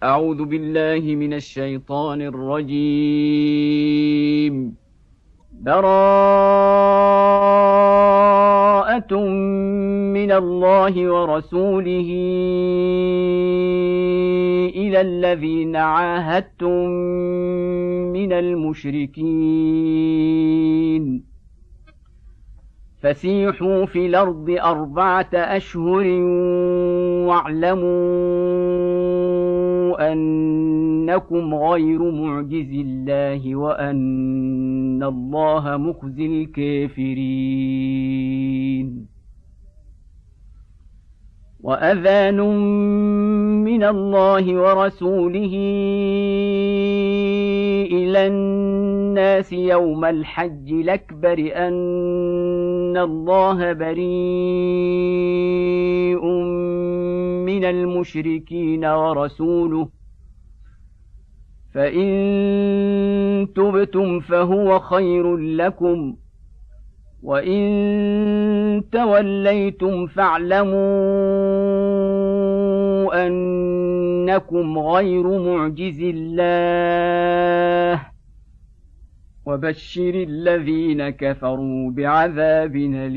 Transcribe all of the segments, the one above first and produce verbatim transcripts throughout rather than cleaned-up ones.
أعوذ بالله من الشيطان الرجيم. براءة من الله ورسوله إلى الذين عاهدتم من المشركين فسيحوا في الأرض أربعة أشهر واعلموا أنكم غير معجز الله وأن الله مخزي الكافرين. وأذان من الله ورسوله إلى الناس يوم الحج الأكبر أن الله بريء من المشركين ورسوله فإن تبتم فهو خير لكم وإن توليتم فاعلموا أنكم غير معجز الله وبشر الذين كفروا بعذاب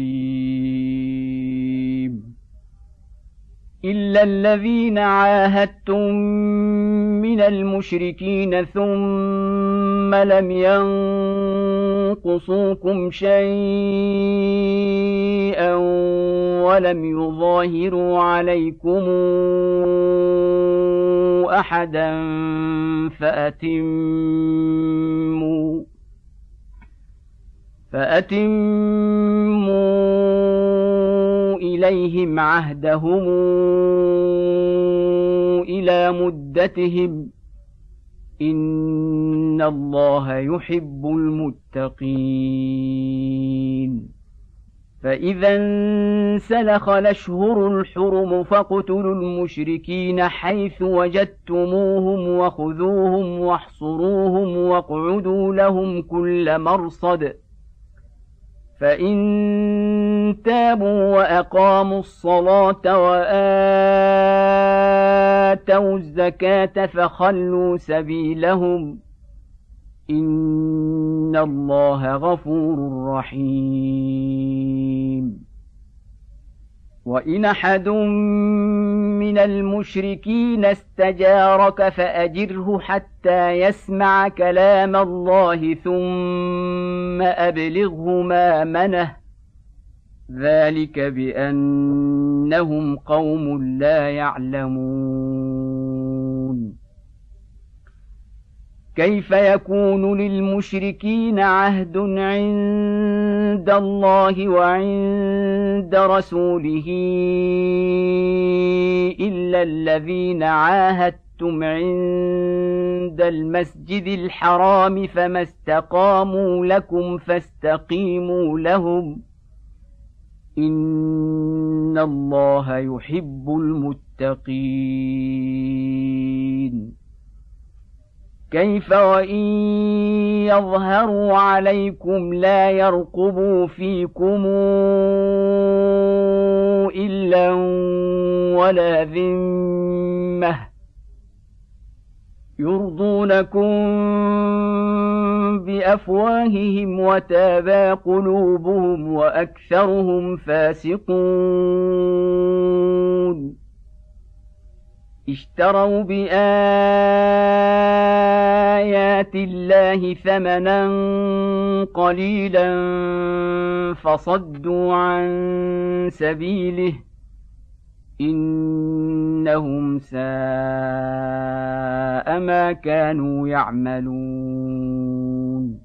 أليم. إلا الذين عاهدتم من المشركين ثم لم ينقصوكم شيئا ولم يظاهروا عليكم أحدا فأتموا فأتموا إليهم عهدهم إلى مدتهم إن الله يحب المتقين. فإذا انسلخ الأشهر الحرم فاقتلوا المشركين حيث وجدتموهم وخذوهم واحصروهم واقعدوا لهم كل مرصد فإن تابوا وأقاموا الصلاة وآتوا الزكاة فخلوا سبيلهم إن الله غفور رحيم. وإن أحد من المشركين استجارك فأجره حتى يسمع كلام الله ثم أبلغه مأمنه ذلك بأنهم قوم لا يعلمون. كيف يكون للمشركين عهد عند الله وعند رسوله إلا الذين عاهدتم عند المسجد الحرام فما استقاموا لكم فاستقيموا لهم إن الله يحب المتقين. كيف وإن يظهروا عليكم لا يرقبوا فيكم إلا ولا ذمة يرضونكم بأفواههم وتابى قلوبهم وأكثرهم فاسقون. اشتروا بآيات الله ثمنا قليلا فصدوا عن سبيله إنهم ساء ما كانوا يعملون.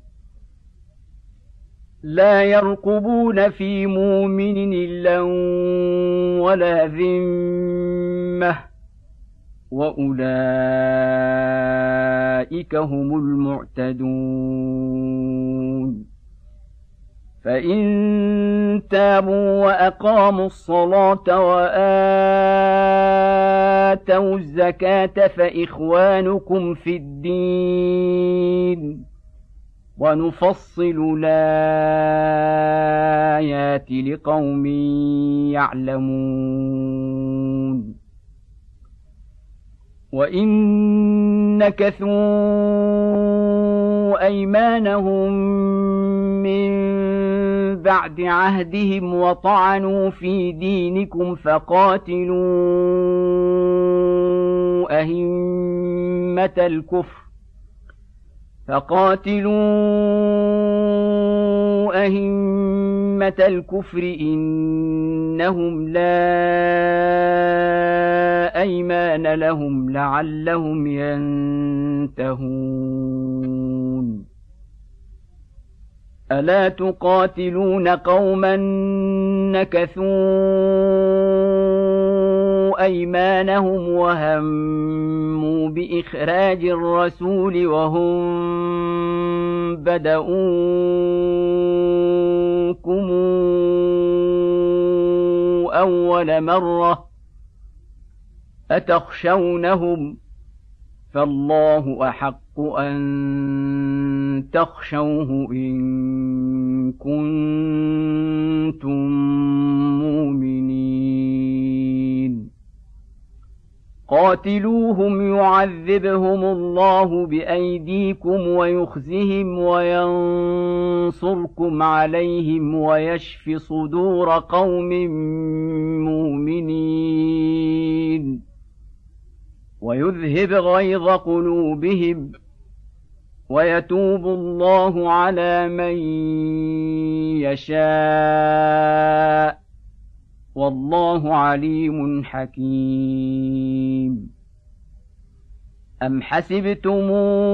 لا يرقبون في مؤمن إلا ولا ذمة وأولئك هم المعتدون. فإن تابوا وأقاموا الصلاة وآتوا الزكاة فإخوانكم في الدين ونفصل الآيات لقوم يعلمون. وإن نكثوا أيمانهم من بعد عهدهم وطعنوا في دينكم فقاتلوا أئمة الكفر فقاتلوا أئمة الكفر إنهم لا أيمان لهم لعلهم ينتهون ألا تقاتلون قوما نكثوا أيمانهم وهموا بإخراج الرسول وهم بدؤوكم أول مرة أتخشونهم فالله أحق أن تخشوه إن كنتم مؤمنين قاتلوهم يعذبهم الله بأيديكم ويخزهم وينصركم عليهم ويشف صدور قوم مؤمنين ويذهب غيظ قلوبهم ويتوب الله على من يشاء والله عليم حكيم أم حسبتم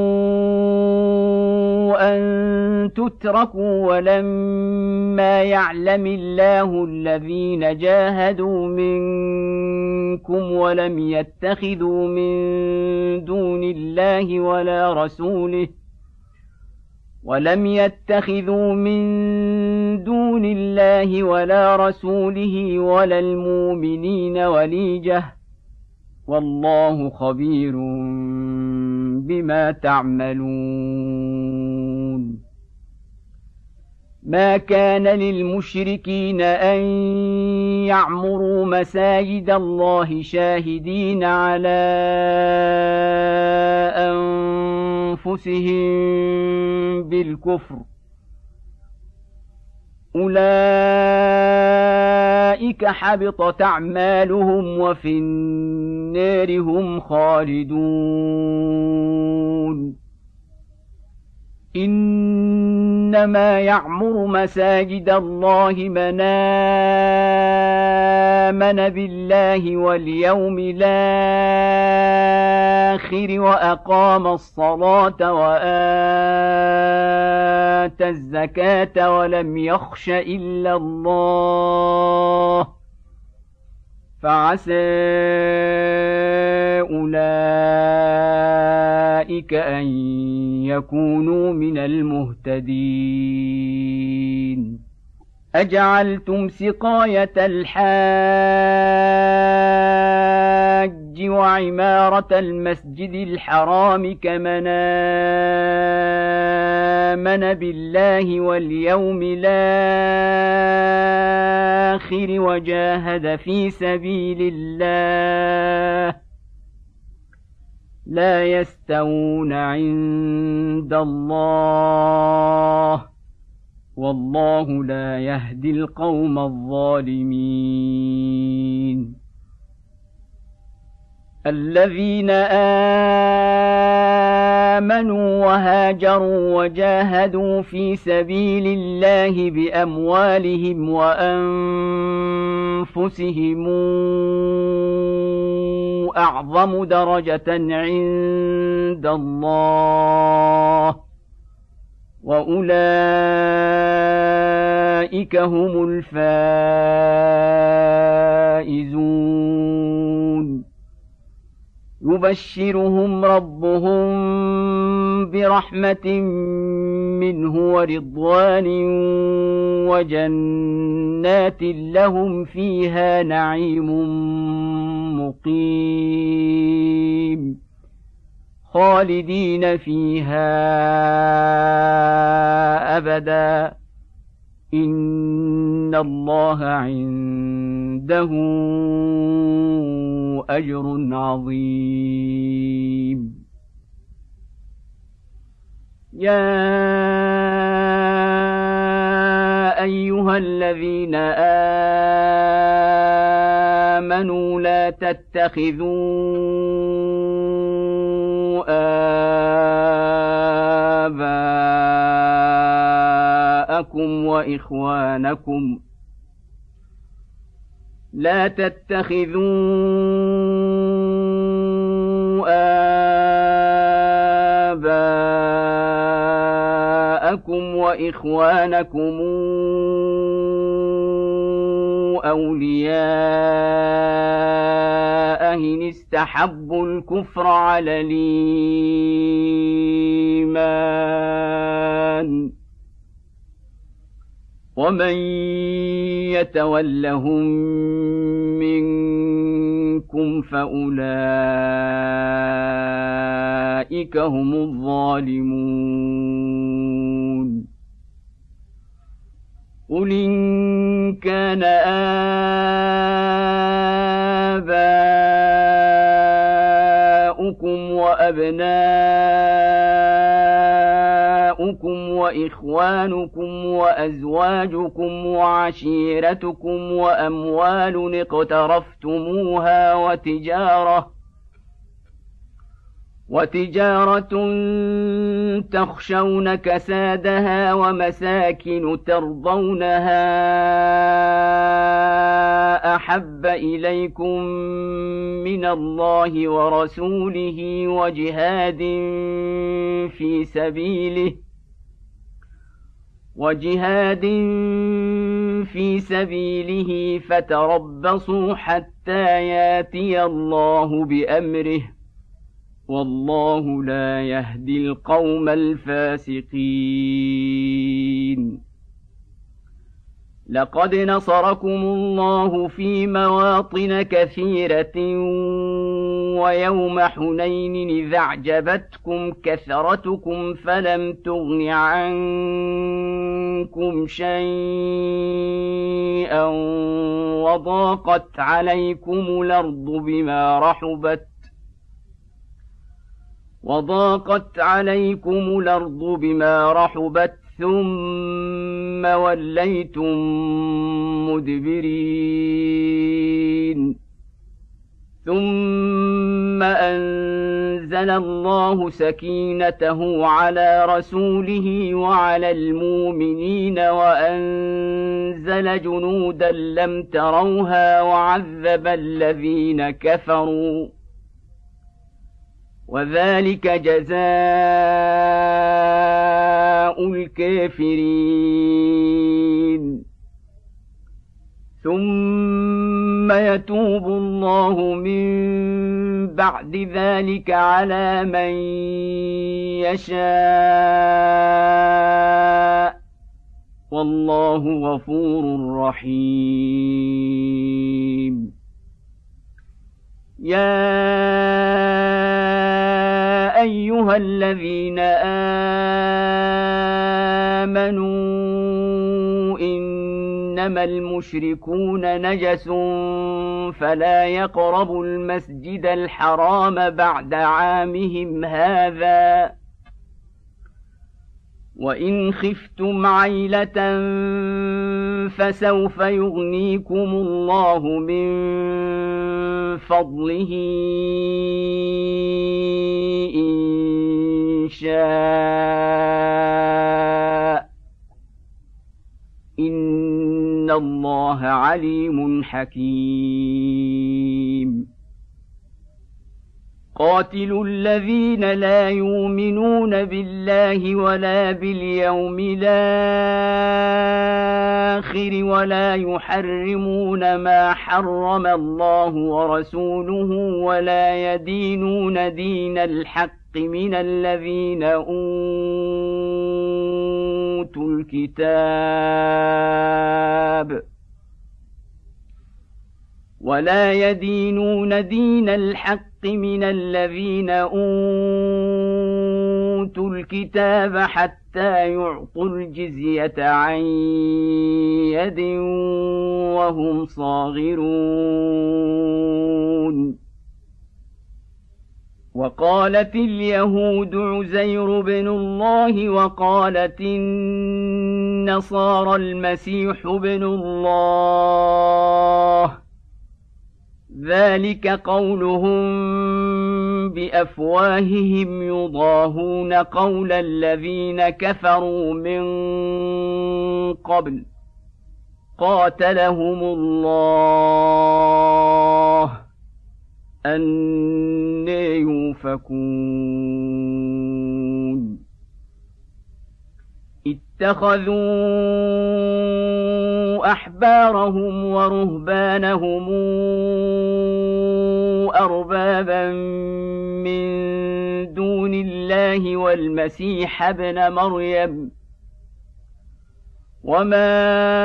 أن تتركوا ولما يعلم الله الذين جاهدوا منكم ولم يتخذوا من دون الله ولا رسوله ولم يتخذوا من دون الله ولا رسوله ولا المؤمنين وليجة والله خبير بما تعملون ما كان للمشركين أن يعمروا مساجد الله شاهدين على أنفسهم بالكفر أولئك حبطت أعمالهم وفي النار هم خالدون إنما يعمر مساجد الله من آمن بالله واليوم الآخر وأقام الصلاة وآتى الزكاة ولم يخش إلا الله فعسى أولئك أن يكونوا من المهتدين أجعلتم سقاية الحاج وعمارة المسجد الحرام كمن آمن بالله واليوم الآخر وجاهد في سبيل الله لا يستوون عند الله والله لا يهدي القوم الظالمين الذين آمنوا وهاجروا وجاهدوا في سبيل الله بأموالهم وأنفسهم أعظم درجة عند الله وأولئك هم الفائزون يبشرهم ربهم برحمة منه ورضوان وجنات لهم فيها نعيم مقيم خالدين فيها أبدا إن الله عنده أجر عظيم. يا أيها الذين آمنوا لا تتخذوا آباءكم وإخوانكم لا تتخذوا آباءكم وإخوانكم أولياء إن استحبوا الكفر على الإيمان ومن يتولهم منكم فأولئك هم الظالمون. قل إن كان آباؤكم وأبناؤكم وإخوانكم وأزواجكم وعشيرتكم وأموال اقترفتموها وتجارة وتجارة تخشون كسادها ومساكن ترضونها أحب إليكم من الله ورسوله وجهاد في سبيله وجهاد في سبيله فتربصوا حتى ياتي الله بأمره والله لا يهدي القوم الفاسقين. لقد نصركم الله في مواطن كثيرة ويوم حنين إذا أعجبتكم كثرتكم فلم تغن عنكم شيئا وضاقت عليكم الأرض بما رحبت وضاقت عليكم الأرض بما رحبت ثم وليتم مدبرين. ثم أنزل الله سكينته على رسوله وعلى المؤمنين وأنزل جنودا لم تروها وعذب الذين كفروا وذلك جزاء الكافرين. ثم يتوب الله من بعد ذلك على من يشاء والله غفور رحيم. يا أيها الذين آمنوا إنما المشركون نجس فلا يقربوا المسجد الحرام بعد عامهم هذا وإن خفتم عيلة فسوف يغنيكم الله من فضله إن شاء إن الله عليم حكيم. قاتلوا الذين لا يؤمنون بالله ولا باليوم الآخر ولا يحرمون ما حرم الله ورسوله ولا يدينون دين الحق من الذين أوتوا الكتاب ولا يدينون دين الحق من الذين أوتوا أوتوا الكتاب حتى يعطوا الجزية عن يد وهم صاغرون. وقالت اليهود عزير بن الله وقالت النصارى المسيح بن الله، ذلك قولهم بأفواههم يضاهون قول الذين كفروا من قبل قاتلهم الله أنى يؤفكون. اتخذوا أحبارهم ورهبانهم أربابا من دون الله والمسيح ابن مريم، وما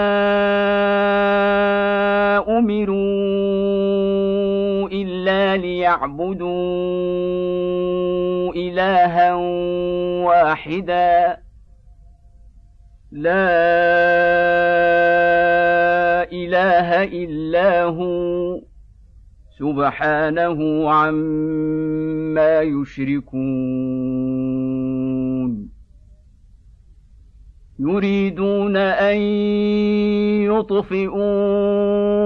أمروا إلا ليعبدوا إلها واحدا لا إله إلا هو سبحانه عما يشركون. يريدون أن يطفئوا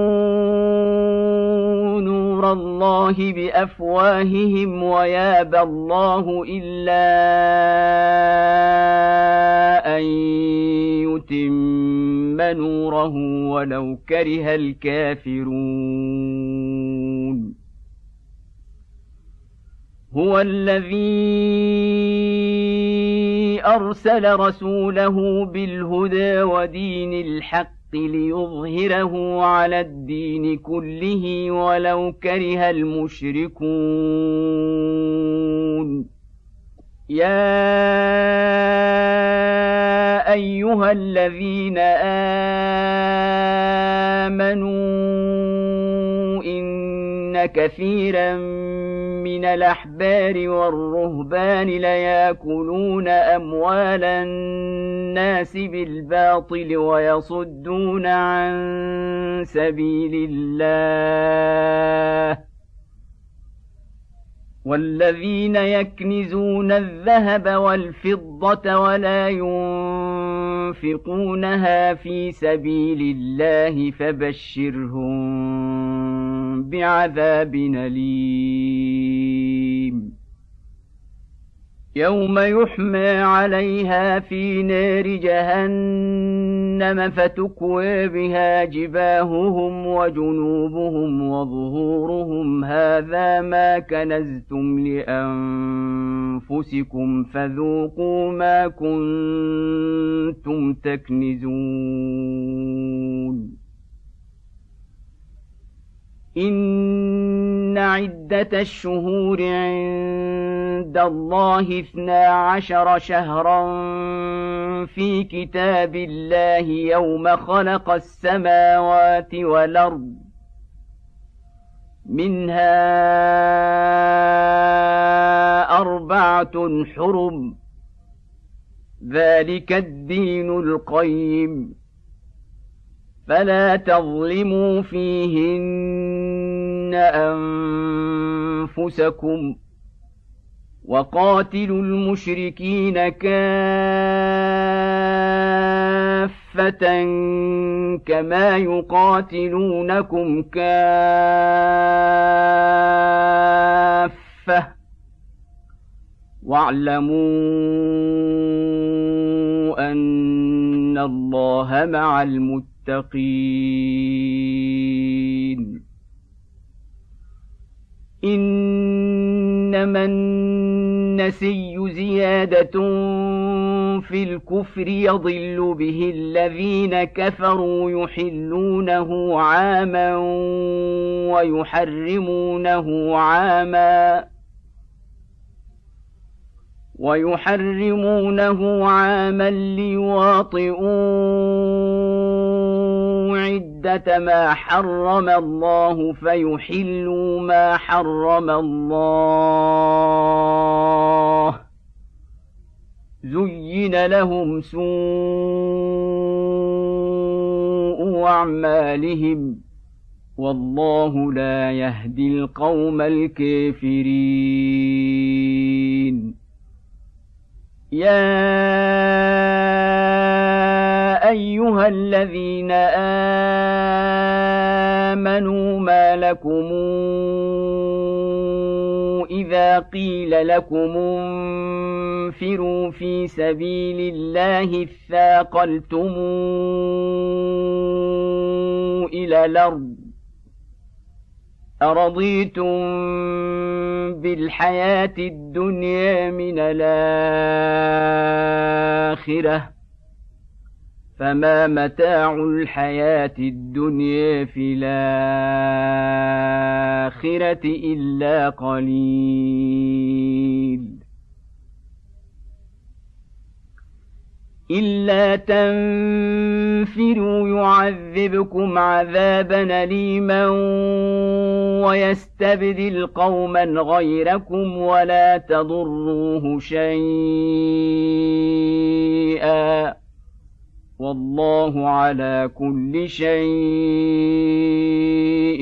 نور الله بأفواههم ويابى الله إلا أن يتم نوره ولو كره الكافرون. هو الذي أرسل رسوله بالهدى ودين الحق ليظهره على الدين كله ولو كره المشركون. يا أيها الذين آمنوا إن كثيرا من الأحبار والرهبان ليأكلون أموال الناس بالباطل ويصدون عن سبيل الله، والذين يكنزون الذهب والفضة ولا ينفقونها في سبيل الله فبشرهم بعذاب أليم. يوم يحمى عليها في نار جهنم فتكوى بها جباههم وجنوبهم وظهورهم هذا ما كنزتم لأنفسكم فذوقوا ما كنتم تكنزون. إن عدة الشهور عند الله اثنا عشر شهرا في كتاب الله يوم خلق السماوات والأرض منها أربعة حرم ذلك الدين القيم فلا تظلموا فيهن أنفسكم وقاتلوا المشركين كافة كما يقاتلونكم كافة واعلموا أن الله مع المتقين. إنما النسي زيادة في الكفر يضل به الذين كفروا يحلونه عاما ويحرمونه عاما ويحرمونه عاما ليواطئوا عدة ما حرم الله فيحلوا ما حرم الله زين لهم سوء أعمالهم والله لا يهدي القوم الكافرين. يا أيها الذين آمنوا ما لكم إذا قيل لكم انفروا في سبيل الله اثاقلتم إلى الأرض أرضيتم بالحياة الدنيا من الآخرة فما متاع الحياة الدنيا في الآخرة إلا قليل. إلا تنفروا يعذبكم عذابا أليما ويستبدل قوما غيركم ولا تضروه شيئا والله على كل شيء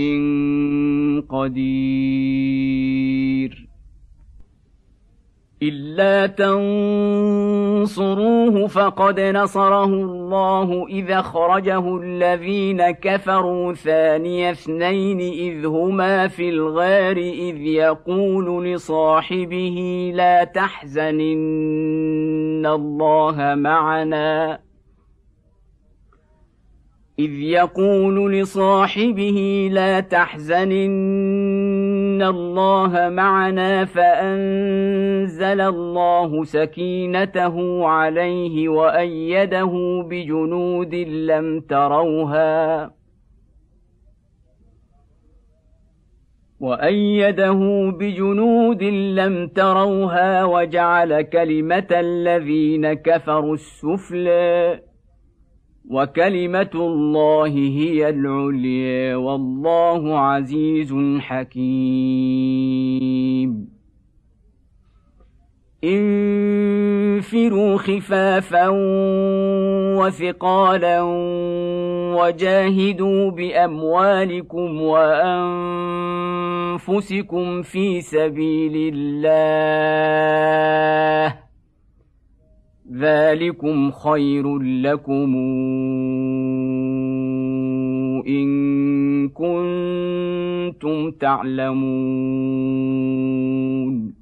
قدير. إلا تنصروه فقد نصره الله إذ أخرجه الذين كفروا ثاني اثنين إذ هما في الغار إذ يقول لصاحبه لا تحزن إن الله معنا إذ يقول لصاحبه لا تحزن إن الله معنا فأنزل الله سكينته عليه وأيده بجنود لم تروها وأيده بجنود لم تروها وجعل كلمة الذين كفروا السفلى وكلمة الله هي العليا والله عزيز حكيم. انفروا خفافا وثقالا وجاهدوا بأموالكم وأنفسكم في سبيل الله ذلكم خير لكم إن كنتم تعلمون.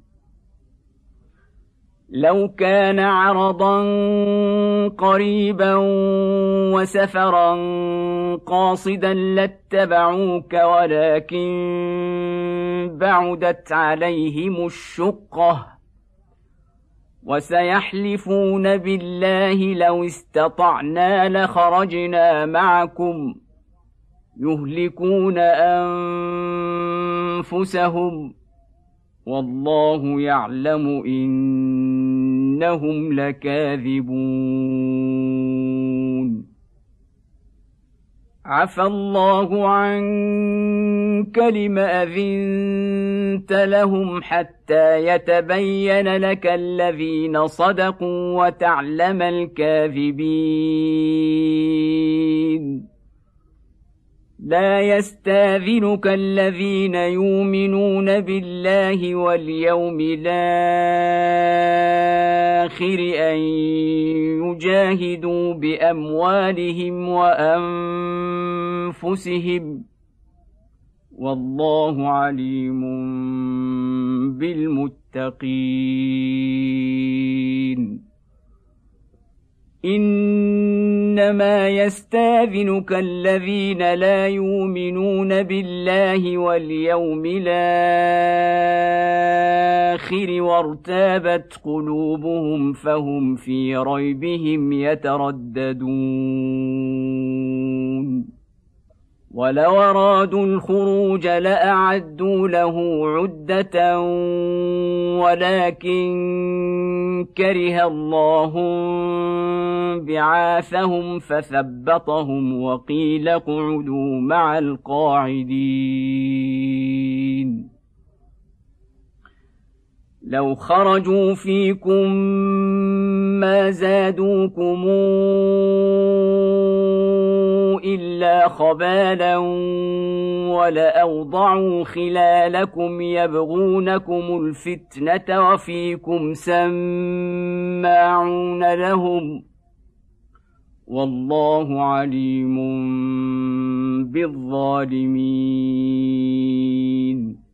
لو كان عرضا قريبا وسفرا قاصدا لاتبعوك ولكن بعدت عليهم الشقة وسيحلفون بالله لو استطعنا لخرجنا معكم يهلكون أنفسهم والله يعلم إنهم لكاذبون. عفى الله عنك لم أذنت لهم حتى يتبين لك الذين صدقوا وتعلم الكاذبين. لا يستاذنك الذين يؤمنون بالله واليوم الآخر أن يجاهدوا بأموالهم وأنفسهم والله عليم بالمتقين. إنما يستاذنك الذين لا يؤمنون بالله واليوم الآخر وارتابت قلوبهم فهم في ريبهم يترددون. ولو أرادوا الخروج لأعدوا له عدة ولكن كره الله بعاثهم فثبطهم وقيل اقعدوا مع القاعدين. لو خرجوا فيكم ما زادوكم إلا خبالا ولأوضعوا خلالكم يبغونكم الفتنة وفيكم سماعون لهم والله عليم بالظالمين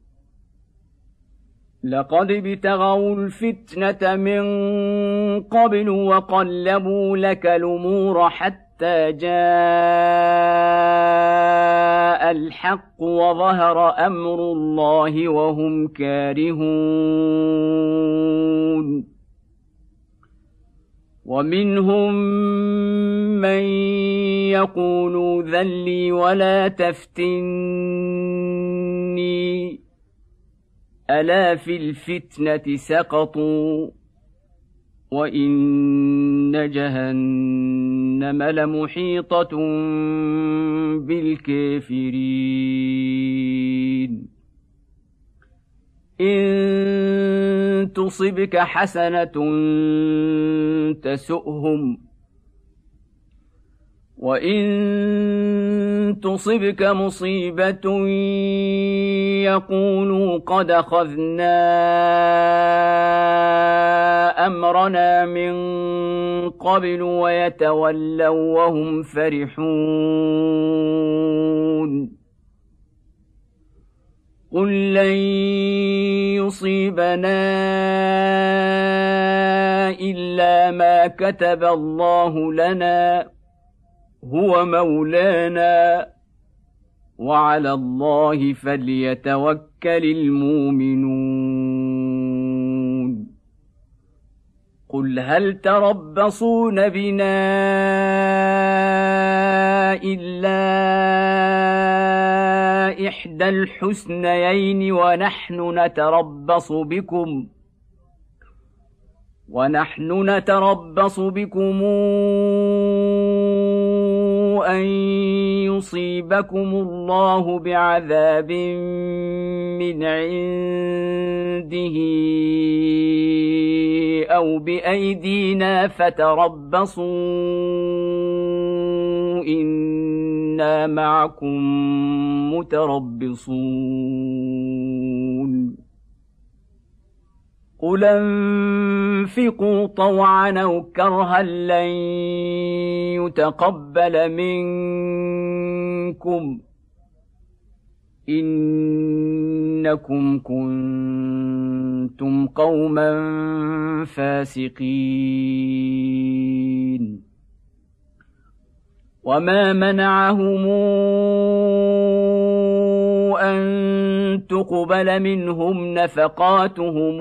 لقد ابتغوا الفتنة من قبل وقلبوا لك الأمور حتى جاء الحق وظهر أمر الله وهم كارهون ومنهم من يقول ذلي ولا تفتني ألا في الفتنة سقطوا وإن جهنم لمحيطة بالكافرين إن تصبك حسنة تسؤهم وإن تصبك مصيبة يقولوا قد أخذنا أمرنا من قبل ويتولوا وهم فرحون قل لن يصيبنا إلا ما كتب الله لنا هو مولانا وعلى الله فليتوكل المؤمنون قل هل تربصون بنا إلا إحدى الحسنيين ونحن نتربص بكم ونحن نتربص بكم أن يصيبكم الله بعذاب من عنده أو بأيدينا فتربصوا إنا معكم متربصون قل انفقوا طوعا أو كرها لن يتقبل منكم إنكم كنتم قوما فاسقين وما منعهم أن تقبل منهم نفقاتهم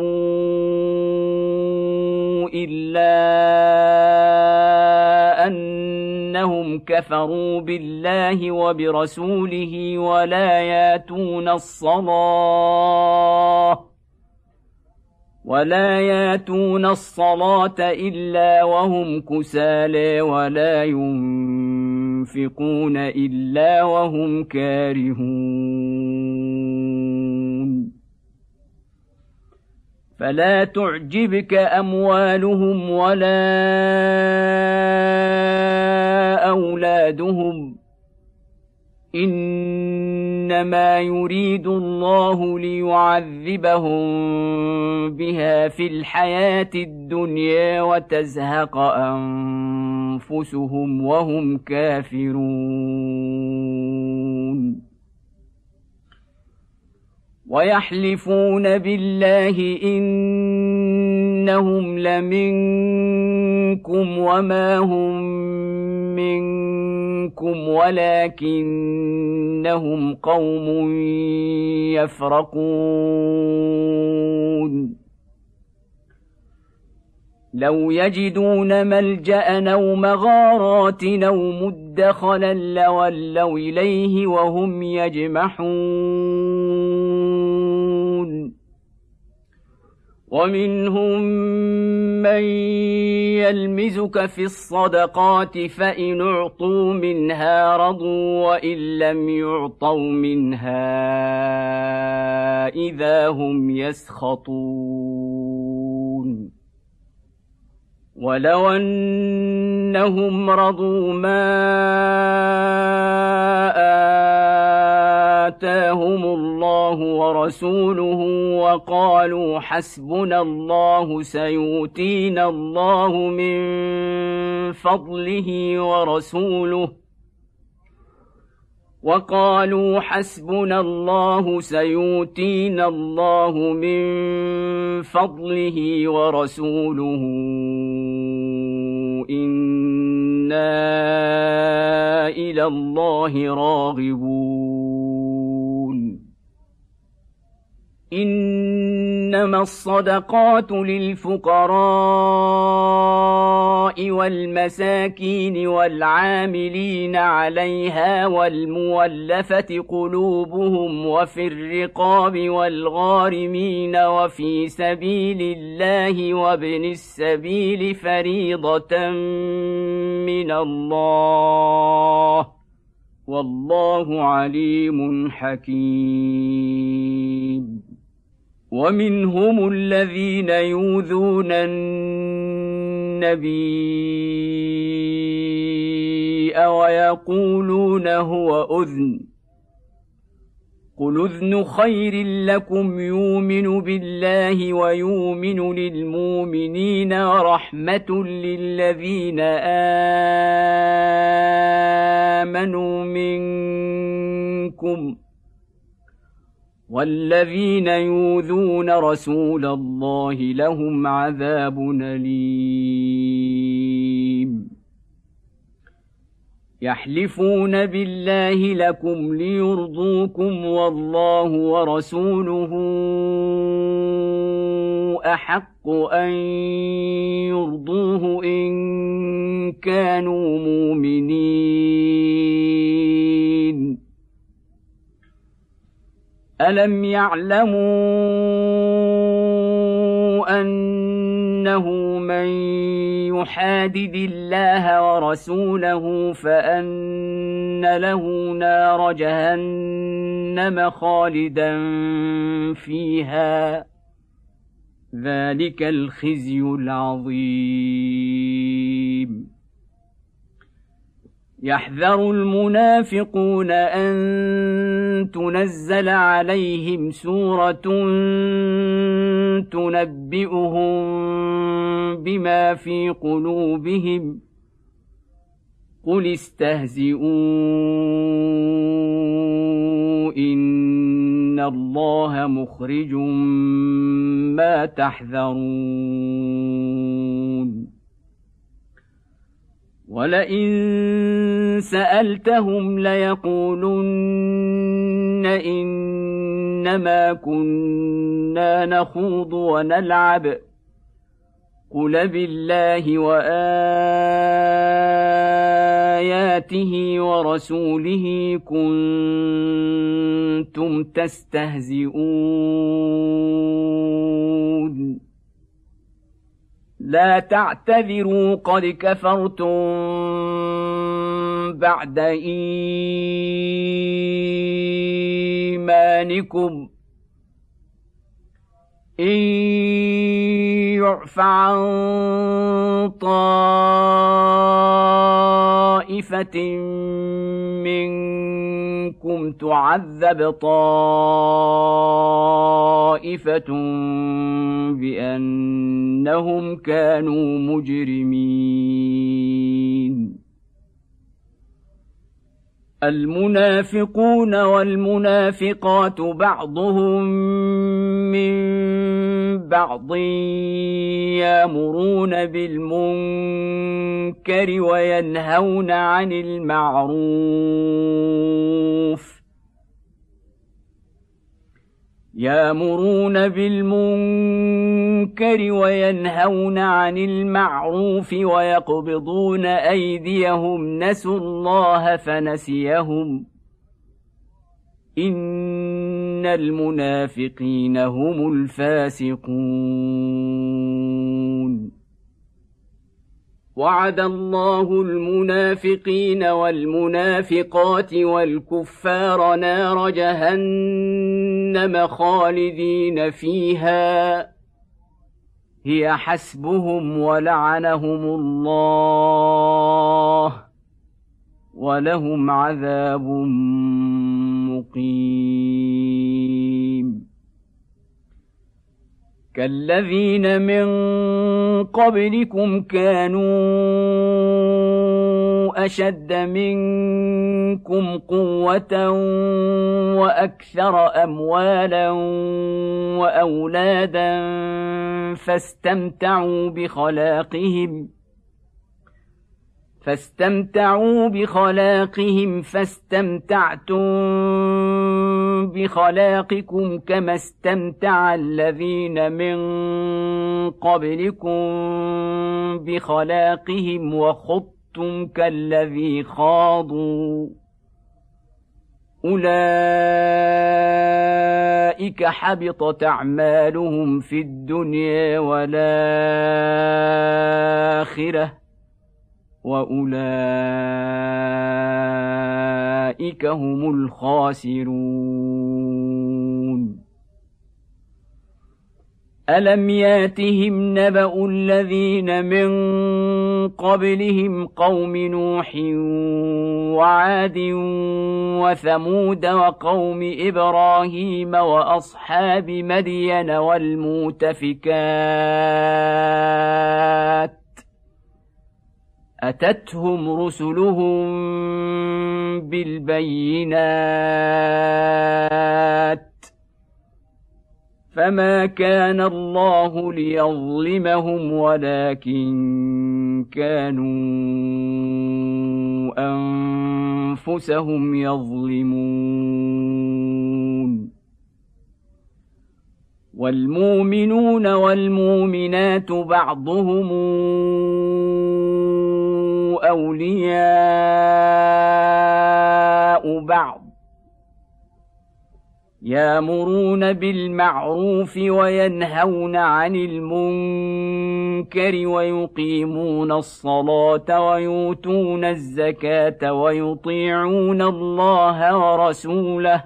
إلا أنهم كفروا بالله وبرسوله ولا ياتون الصلاة ولا ياتون الصلاة إلا وهم كسالى ولا ينفقون إلا وهم كارهون فلا تعجبك أموالهم ولا أولادهم إنما يريد الله ليعذبهم بها في الحياة الدنيا وتزهق أنفسهم وهم كافرون ويحلفون بالله إنهم لمنكم وما هم منكم ولكنهم قوم يفرقون لو يجدون ملجأ أو مغارات أو مدخلا لولوا إليه وهم يجمحون ومنهم من يلمزك في الصدقات فإن أعطوا منها رضوا وإن لم يعطوا منها إذا هم يسخطون ولو أنهم رضوا ما آتاهم الله ورسوله وقالوا حسبنا الله سيؤتينا الله من فضله ورسوله وقالوا حسبنا الله سيؤتينا الله من فضله ورسوله إنا إلى الله راغبون إنما الصدقات للفقراء والمساكين والعاملين عليها والمولفة قلوبهم وفي الرقاب والغارمين وفي سبيل الله وابن السبيل فريضة من الله والله عليم حكيم ومنهم الذين يؤذون النبي ويقولون هو أذن قل أذن خير لكم يؤمن بالله ويؤمن للمؤمنين ورحمة للذين آمنوا منكم والذين يؤذون رسول الله لهم عذاب أليم يحلفون بالله لكم ليرضوكم والله ورسوله أحق أن يرضوه إن كانوا مؤمنين ألم يعلموا أنه من يحادد الله ورسوله فأن له نار جهنم خالدا فيها ذلك الخزي العظيم يحذر المنافقون أن تنزل عليهم سورة تنبئهم بما في قلوبهم قل استهزئوا إن الله مخرج ما تحذرون ولئن سألتهم ليقولن إنما كنا نخوض ونلعب قل بالله وآياته ورسوله كنتم تستهزئون لا تعتذروا قد كفرتم بعد إيمانكم إن يعف عن طائفة منكم تعذب طائفة بأنهم كانوا مجرمين المنافقون والمنافقات بعضهم من بعض يأمرون بالمنكر وينهون عن المعروف يأمرون بالمنكر وينهون عن المعروف ويقبضون أيديهم نسوا الله فنسيهم إن المنافقين هم الفاسقون وعد الله المنافقين والمنافقات والكفار نار جهنم خالدين فيها هي حسبهم ولعنهم الله ولهم عذاب مقيم كالذين من قبلكم كانوا أشد منكم قوة وأكثر أموالا وأولادا فاستمتعوا بخلاقهم فاستمتعوا بخلاقهم فاستمتعتم بخلاقكم كما استمتع الذين من قبلكم بخلاقهم وخضتم كالذي خاضوا أولئك حبطت أعمالهم في الدنيا والآخرة وأولئك هم الخاسرون ألم ياتهم نبأ الذين من قبلهم قوم نوح وعاد وثمود وقوم إبراهيم وأصحاب مدين والمؤتفكات أتتهم رسلهم بالبينات فما كان الله ليظلمهم ولكن كانوا أنفسهم يظلمون والمؤمنون والمؤمنات بعضهم أولياء بعض يأمرون بالمعروف وينهون عن المنكر ويقيمون الصلاة ويؤتون الزكاة ويطيعون الله ورسوله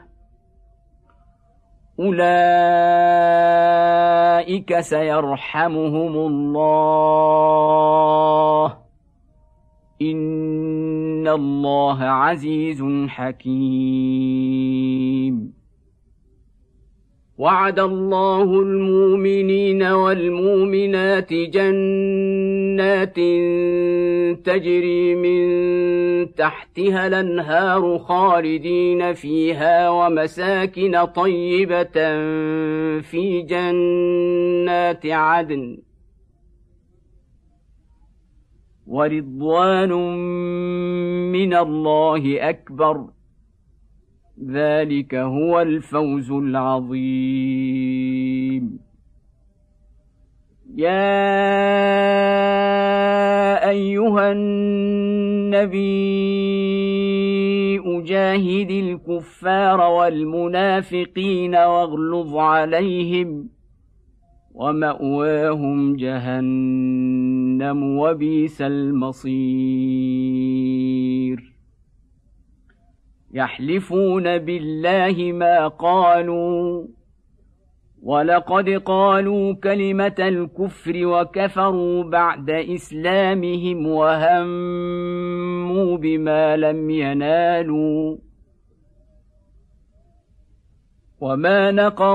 أولئك سيرحمهم الله إن الله عزيز حكيم وعد الله المؤمنين والمؤمنات جنات تجري من تحتها الأنهار خالدين فيها ومساكن طيبة في جنات عدن ورضوان من الله أكبر ذلك هو الفوز العظيم يا أيها النبي أجاهد الكفار والمنافقين واغلظ عليهم ومأواهم جهنم وبئس المصير يحلفون بالله ما قالوا ولقد قالوا كلمة الكفر وكفروا بعد إسلامهم وهموا بما لم ينالوا وما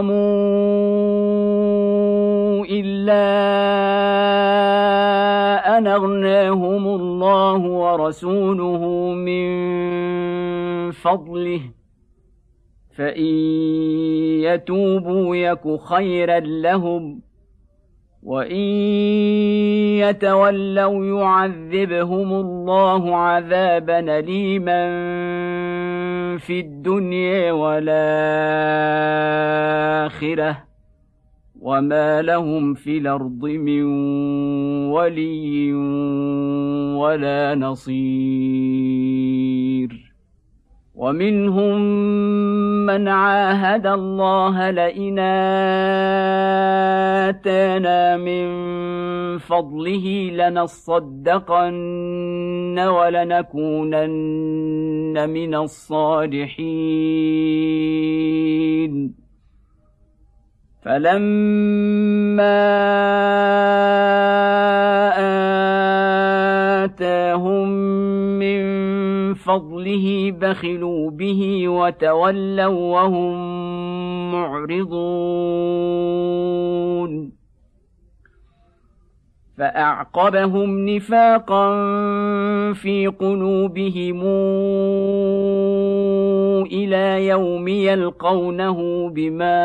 نقموا إلا أن أغناهم الله ورسوله من فضله فإن يتوبوا يك خيرا لهم وإن يتولوا يعذبهم الله عذابا أليما في الدنيا والآخرة وما لهم في الأرض من ولي ولا نصير ومنهم من عاهد الله لئن آتانا من فضله لنصدقن ولنكونن من الصالحين فلما آتاهم من فضله بخلوا به وتولوا وهم معرضون فأعقبهم نفاقا في قلوبهم إلى يوم يلقونه بما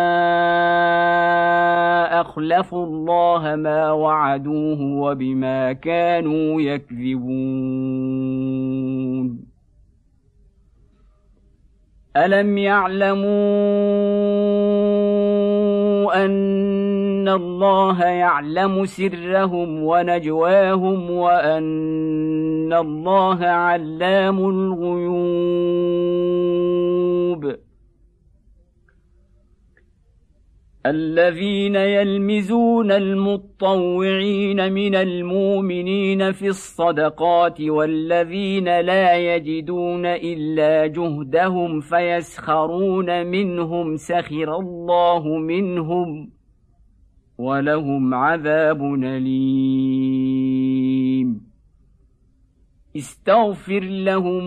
أخلفوا الله ما وعدوه وبما كانوا يكذبون ألم يعلموا أن الله يعلم سرهم ونجواهم وأن الله علام الغيوب الذين يلمزون المطوعين من المؤمنين في الصدقات والذين لا يجدون إلا جهدهم فيسخرون منهم سخر الله منهم ولهم عذاب أليم استغفر لهم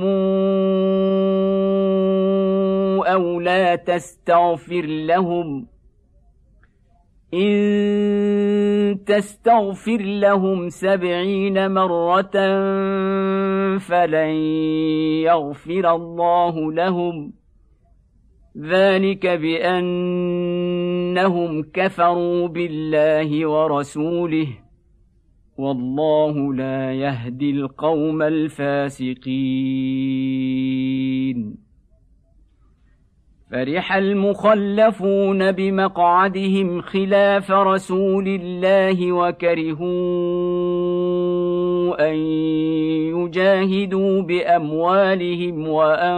أو لا تستغفر لهم إن تستغفر لهم سبعين مرة فلن يغفر الله لهم ذلك بأنهم كفروا بالله ورسوله والله لا يهدي القوم الفاسقين فرح المخلفون بمقعدهم خلاف رسول الله وكرهوا أن يجاهدوا بأموالهم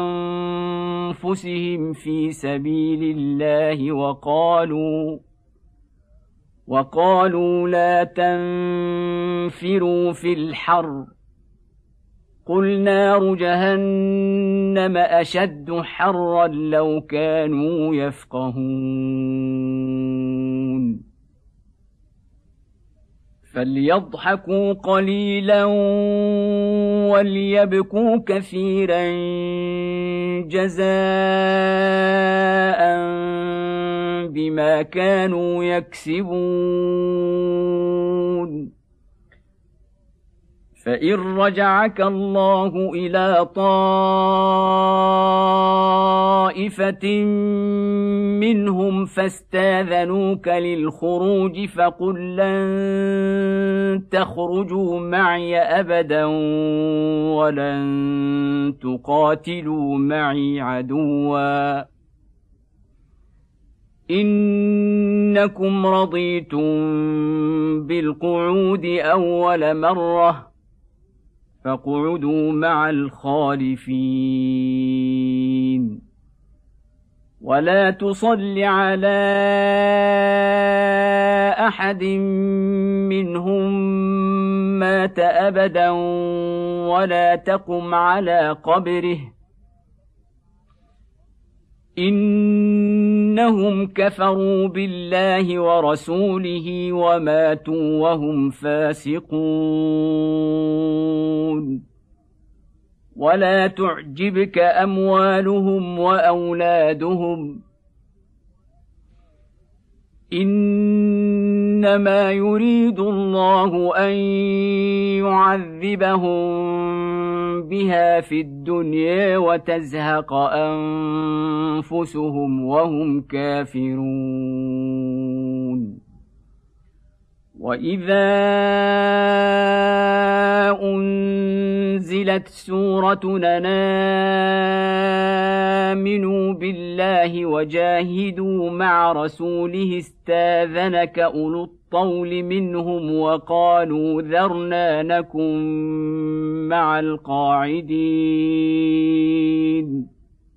وأنفسهم في سبيل الله وقالوا وقالوا لا تنفروا في الحر قل نار جهنم أشد حرا لو كانوا يفقهون فليضحكوا قليلا وليبكوا كثيرا جزاء بما كانوا يكسبون فإن رجعك الله إلى طائفة منهم فاستاذنوك للخروج فقل لن تخرجوا معي أبدا ولن تقاتلوا معي عدوا إنكم رضيتم بالقعود أول مرة فاقعدوا مع الخالفين ولا تصل على أحد منهم مات أبدا ولا تقم على قبره إنهم كفروا بالله ورسوله وماتوا وهم فاسقون ولا تعجبك أموالهم وأولادهم إنما يريد الله أن يعذبهم بها في الدنيا وتزهق أنفسهم وهم كافرون وإذا أنزلت سورة أن آمنوا بالله وجاهدوا مع رسوله استاذنك أولو الطول منهم وقالوا ذرنا نكن مع القاعدين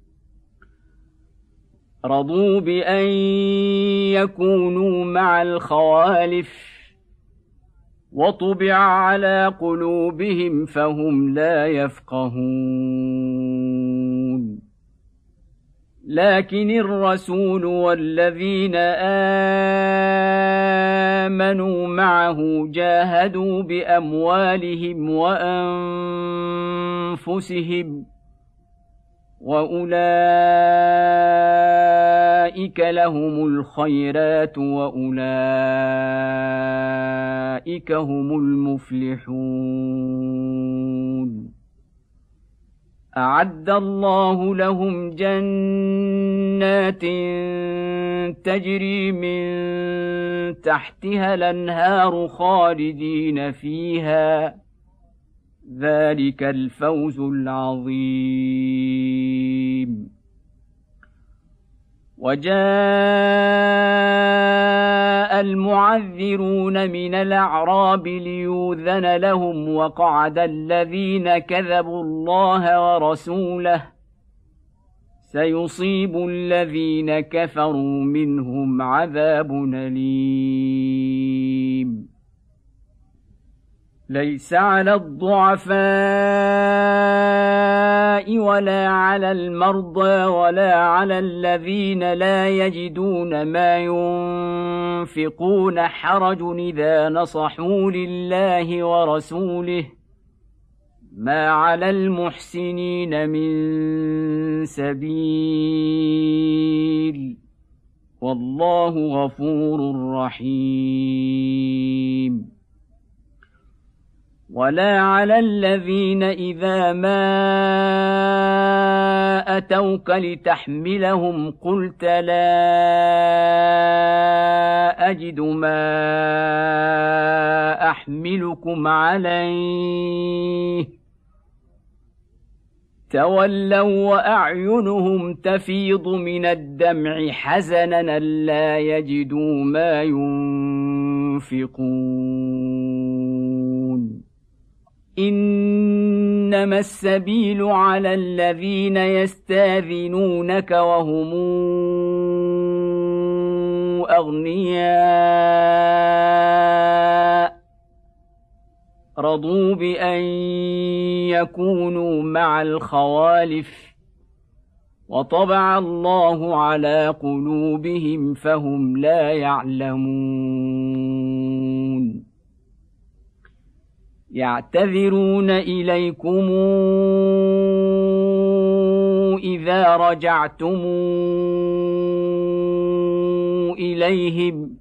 رضوا بأن يكونوا مع الخوالف وطبع على قلوبهم فهم لا يفقهون لكن الرسول والذين آمنوا معه جاهدوا بأموالهم وأنفسهم وأولئك لهم الخيرات وأولئك هم المفلحون أعد الله لهم جنات تجري من تحتها الأنهار خالدين فيها ذلك الفوز العظيم. وجاء المعذرون من الأعراب ليؤذن لهم وقعد الذين كذبوا الله ورسوله سيصيب الذين كفروا منهم عذاب أليم. ليس على الضعفاء ولا على المرضى ولا على الذين لا يجدون ما ينفقون حرج إذا نصحوا لله ورسوله ما على المحسنين من سبيل والله غفور رحيم. ولا على الذين إذا ما أتوك لتحملهم قلت لا أجد ما أحملكم عليه تولوا وأعينهم تفيض من الدمع حزنا ألا يجدوا ما ينفقون. إنما السبيل على الذين يستاذنونك وهم أغنياء رضوا بأن يكونوا مع الخوالف وطبع الله على قلوبهم فهم لا يعلمون. يعتذرون إليكم إذا رجعتم إليهم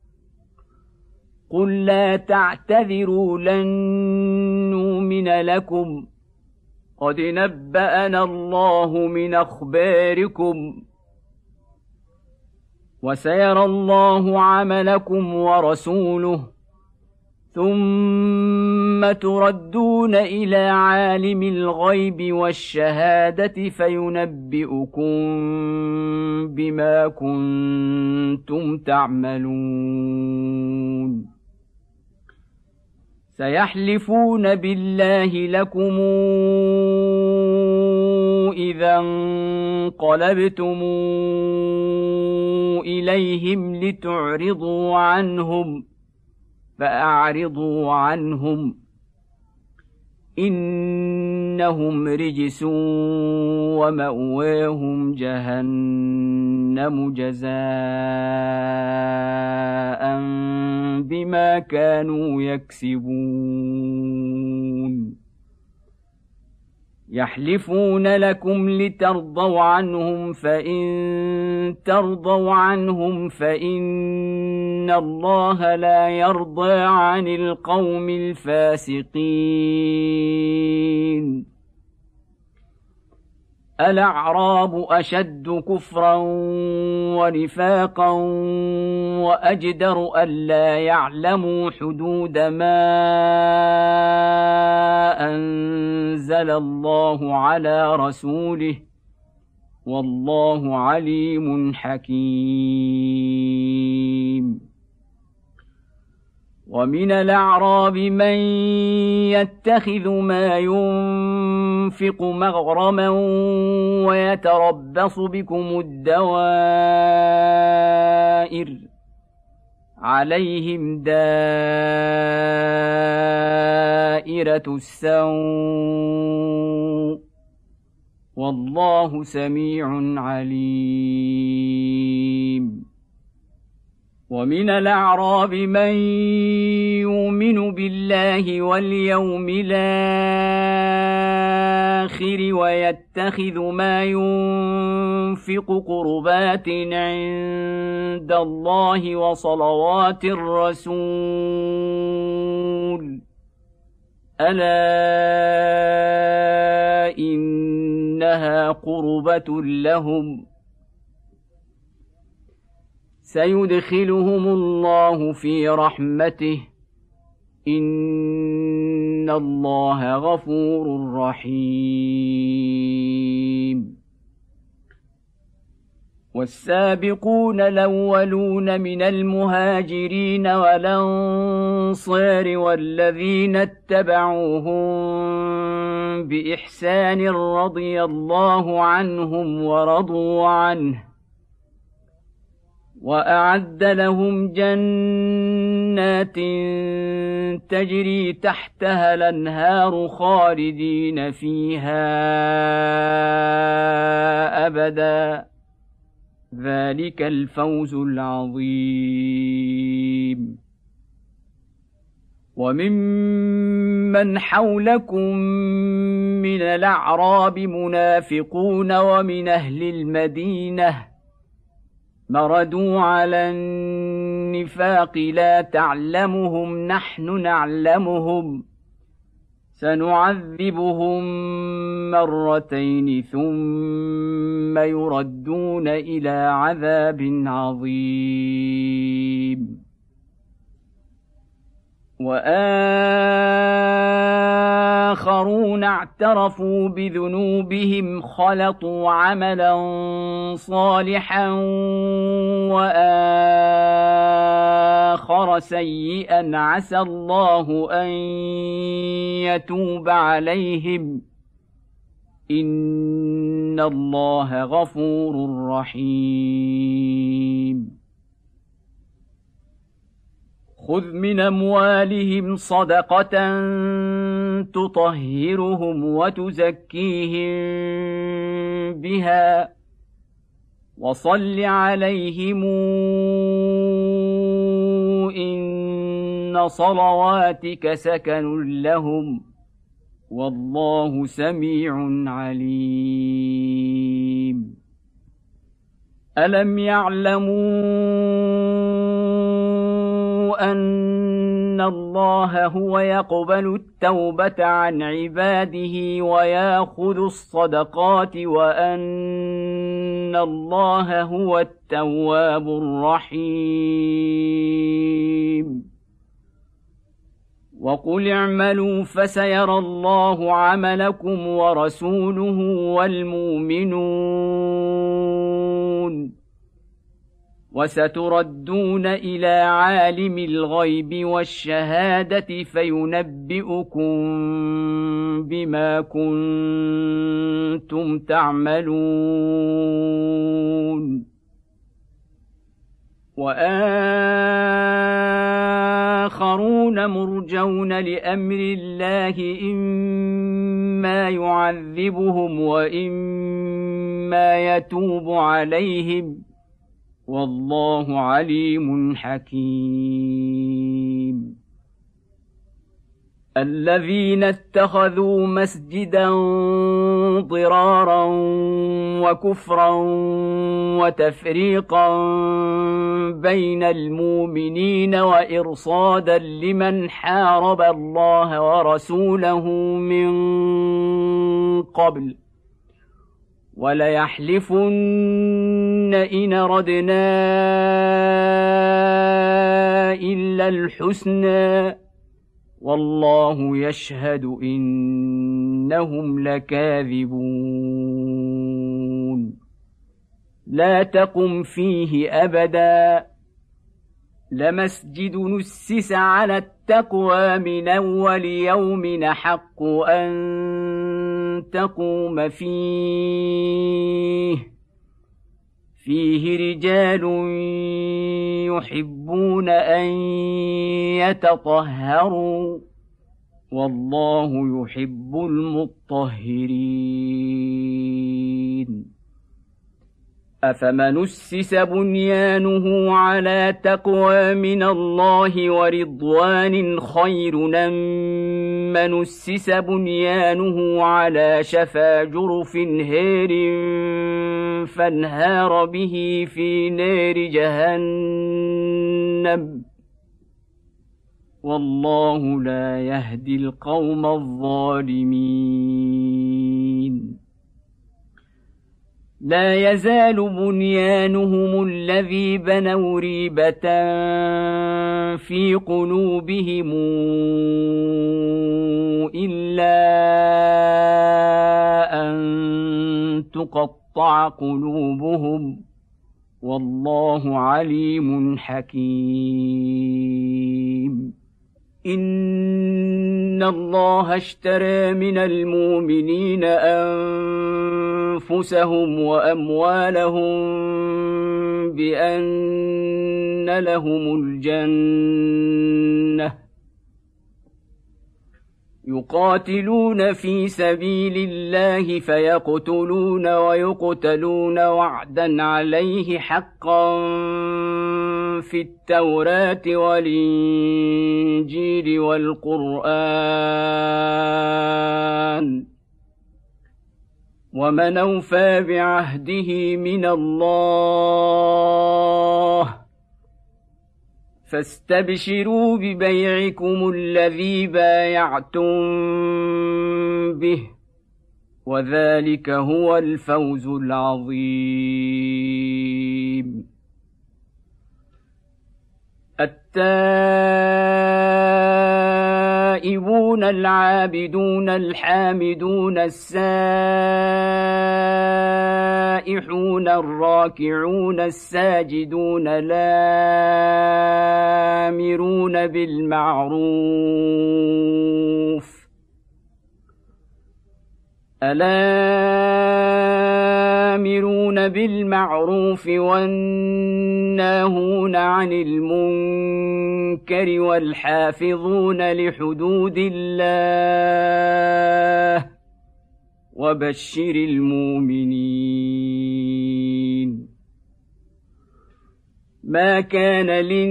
قل لا تعتذروا لن نؤمن لكم قد نبأنا الله من أخباركم وسيرى الله عملكم ورسوله ثم تردون إلى عالم الغيب والشهادة فينبئكم بما كنتم تعملون. سيحلفون بالله لكم إذا انقلبتم إليهم لتعرضوا عنهم فأعرضوا عنهم إنهم رجس ومأواهم جهنم جزاء بما كانوا يكسبون. يحلفون لكم لترضوا عنهم فإن ترضوا عنهم فإن الله لا يرضى عن القوم الفاسقين. الأعراب أشد كفرا ونفاقا وأجدر ألا يعلموا حدود ما أنزل الله على رسوله والله عليم حكيم. ومن الأعراب من يتخذ ما ينفق مغرما ويتربص بكم الدوائر عليهم دائرة السوء والله سميع عليم. ومن الأعراب من يؤمن بالله واليوم الآخر ويتخذ ما ينفق قربات عند الله وصلوات الرسول ألا إنها قربة لهم سيدخلهم الله في رحمته إن الله غفور رحيم. والسابقون الأولون من المهاجرين والأنصار والذين اتبعوهم بإحسان رضي الله عنهم ورضوا عنه وأعد لهم جنات تجري تحتها الأنهار خالدين فيها أبدا ذلك الفوز العظيم. وممن حولكم من الأعراب منافقون ومن أهل المدينة مردوا على النفاق لا تعلمهم نحن نعلمهم سنعذبهم مرتين ثم يردون إلى عذاب عظيم. وآخرون اعترفوا بذنوبهم خلطوا عملا صالحا وآخر سيئا عسى الله أن يتوب عليهم إن الله غفور رحيم. خذ من أموالهم صدقة تطهرهم وتزكيهم بها وصل عليهم إن صلواتك سكن لهم والله سميع عليم. ألم يعلموا أن الله هو يقبل التوبة عن عباده ويأخذ الصدقات وأن الله هو التواب الرحيم. وقل اعملوا فسيرى الله عملكم ورسوله والمؤمنون وستردون إلى عالم الغيب والشهادة فينبئكم بما كنتم تعملون. وآخرون مرجون لأمر الله إما يعذبهم وإما يتوب عليهم والله عليم حكيم. الذين اتخذوا مسجدا ضرارا وكفرا وتفريقا بين المؤمنين وإرصادا لمن حارب الله ورسوله من قبل وليحلفن إن أردنا إلا الحسنى والله يشهد إنهم لكاذبون. لا تقم فيه أبدا لمسجد نسس على التقوى من أول يوم أحق أن تقوم فيه فيه رجال يحبون أن يتطهروا والله يحب المطهرين. أفمن أسس بنيانه على تقوى من الله ورضوان خير أم من أسس بنيانه على شفا جرف هير فانهار به في نار جهنم والله لا يهدي القوم الظالمين. لا يزال بنيانهم الذي بنوا ريبة في قلوبهم إلا أن تقطع قلوبهم والله عليم حكيم. إن الله اشترى من المؤمنين أنفسهم وأموالهم بأن لهم الجنة يقاتلون في سبيل الله فيقتلون ويقتلون وعدا عليه حقا في التوراة والإنجيل والقرآن ومن أوفى بعهده من الله فاستبشروا ببيعكم الذي بايعتم به وذلك هو الفوز العظيم. التائبون العابدون الحامدون السائحون الراكعون الساجدون الآمرون بالمعروف الآمرون بالمعروف والناهون عن المنكر والحافظون لحدود الله وبشر المؤمنين. ما كان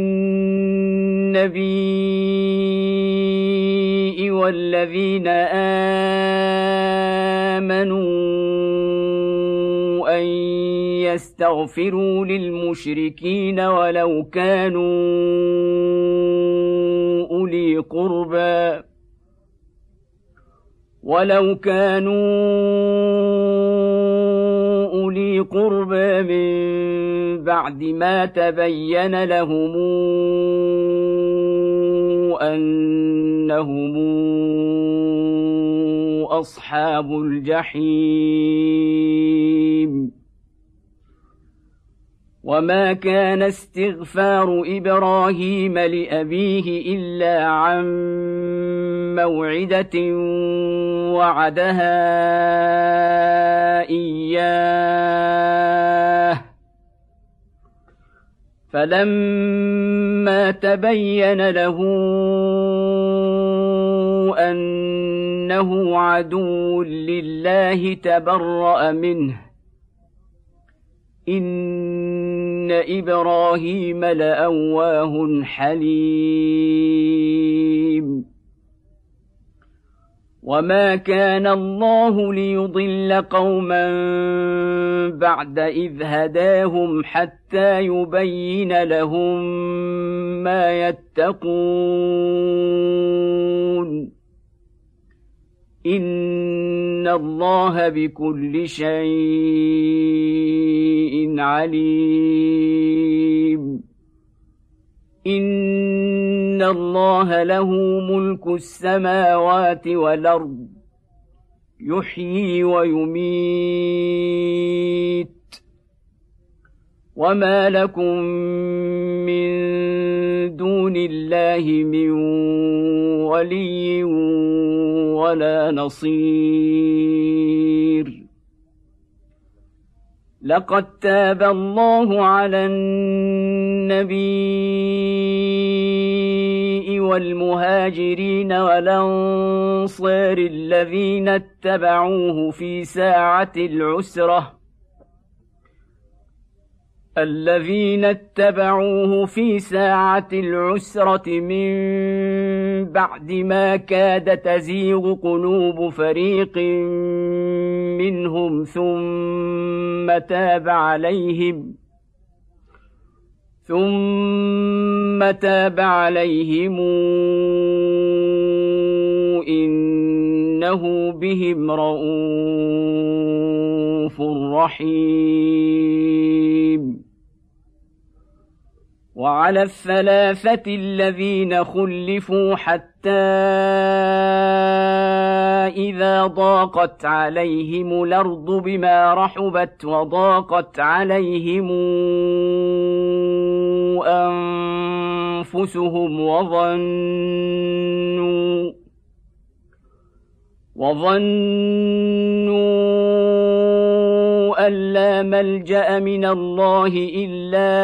للنبي والذين آمنوا أن يستغفروا للمشركين ولو كانوا أولي قربى ولو كانوا أولي قربى من بعد ما تبين لهم أنهم أصحاب الجحيم. وما كان استغفار إبراهيم لأبيه إلا عن موعدة وعدها إياه فلما تبين له أنه عدو لله تبرأ منه إن إبراهيم لأواه حليم. وما كان الله ليضل قوما بعد إذ هداهم حتى يبين لهم ما يتقون إن الله بكل شيء عليم. إن الله له ملك السماوات والأرض يحيي ويميت وما لكم من دون الله من ولي ولا نصير. لقد تاب الله على النبي والمهاجرين والأنصار الذين اتبعوه في ساعة العسرة الذين اتبعوه في ساعة العسرة من بعد ما كاد تزيغ قلوب فريق منهم ثم تاب عليهم ثم تاب عليهم إنه بهم رءوف رحيم. وعلى الثلاثة الذين خلفوا حتى إذا ضاقت عليهم الأرض بما رحبت وضاقت عليهم أنفسهم وظنوا وظنوا أن لا ملجأ من الله إلا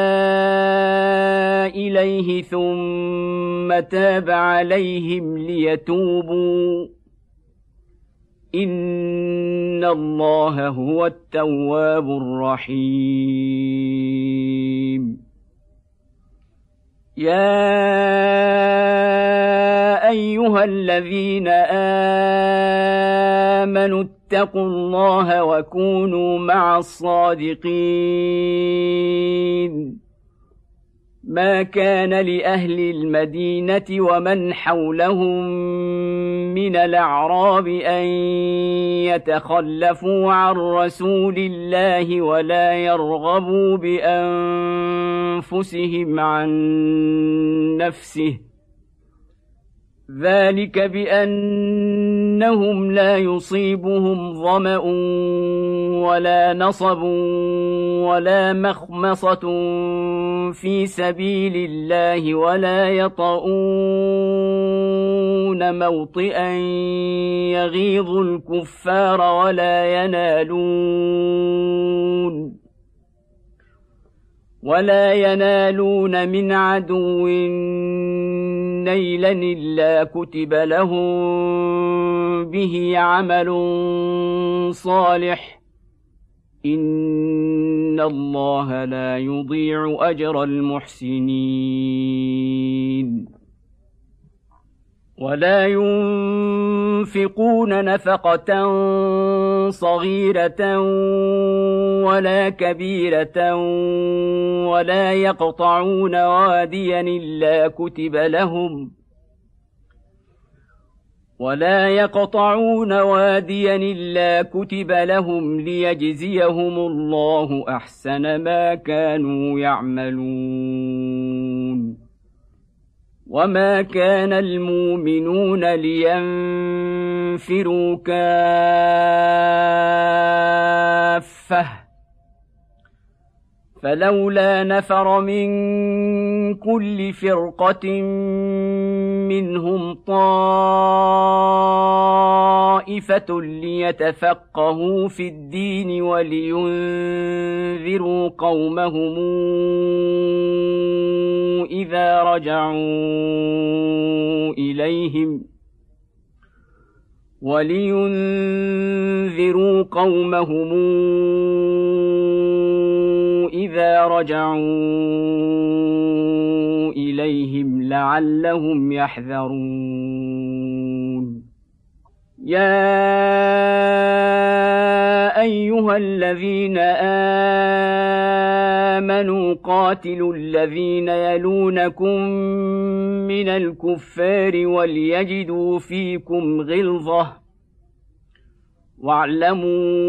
إليه ثم تاب عليهم ليتوبوا إن الله هو التواب الرحيم. يا أيها الذين آمنوا اتقوا الله وكونوا مع الصادقين. ما كان لأهل المدينة ومن حولهم من الأعراب أن يتخلفوا عن رسول الله ولا يرغبوا بأنفسهم عن نفسه ذلك بأنهم لا يصيبهم ظمأ ولا نصب ولا مخمصة في سبيل الله ولا يطؤون موطئا يغيظ الكفار ولا ينالون ولا ينالون من عدو نيلا إلا كتب لهم به عمل صالح إن الله لا يضيع أجر المحسنين. ولا ينفقون نفقة صغيرة ولا كبيرة ولا يقطعون واديا إلا كتب لهم ولا يقطعون واديا إلا كتب لهم ليجزيهم الله أحسن ما كانوا يعملون. وما كان المؤمنون لينفروا كافة فلولا نفر من كل فرقة منهم طائفة ليتفقهوا في الدين ولينذروا قومهم إذا رجعوا إليهم ولينذروا قومهم إذا رجعوا إليهم لعلهم يحذرون. يا أيها الذين آمنوا قاتلوا الذين يلونكم من الكفار وليجدوا فيكم غلظة واعلموا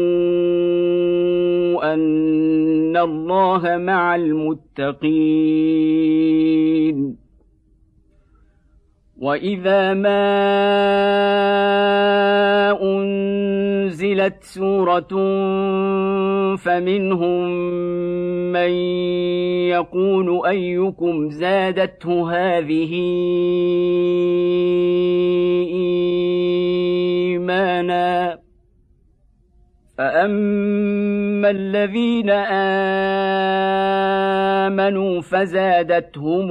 أن الله مع المتقين. وإذا ما أنزلت سورة فمنهم من يقول أيكم زادته هذه إيمانا فأما الذين آمنوا فزادتهم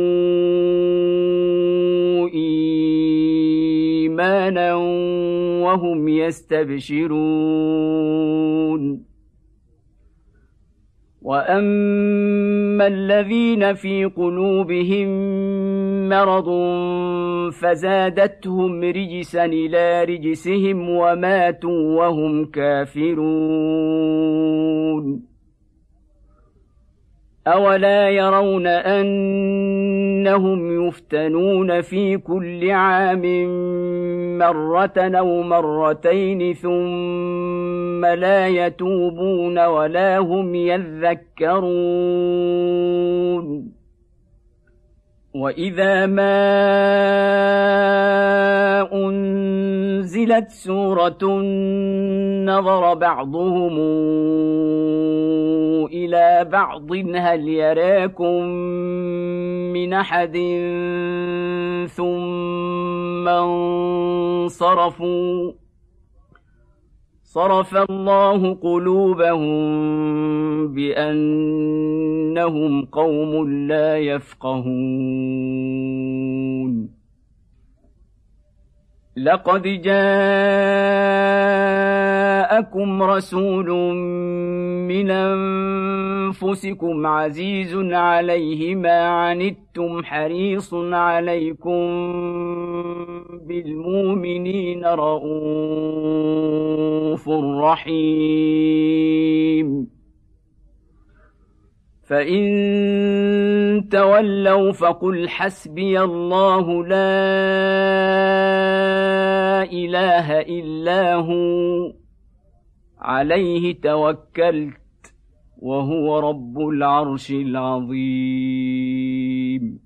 إيمانا وهم يستبشرون وأما الذين في قلوبهم مرض فزادتهم رجسا إلى رجسهم وماتوا وهم كافرون أولا يرون أنهم يفتنون في كل عام مرة أو مرتين ثم لا يتوبون ولا هم يذكرون وإذا ما أنزلت سورة نظر بعضهم إلى بعض هل يراكم من أحد ثم انصرفوا صرف الله قلوبهم بأنهم قوم لا يفقهون لقد جاءكم رسول من أنفسكم عزيز عليه ما عنتم حريص عليكم بالمؤمنين رءوف رحيم فإن تولوا فقل حسبي الله لا إله إلا هو عليه توكلت وهو رب العرش العظيم.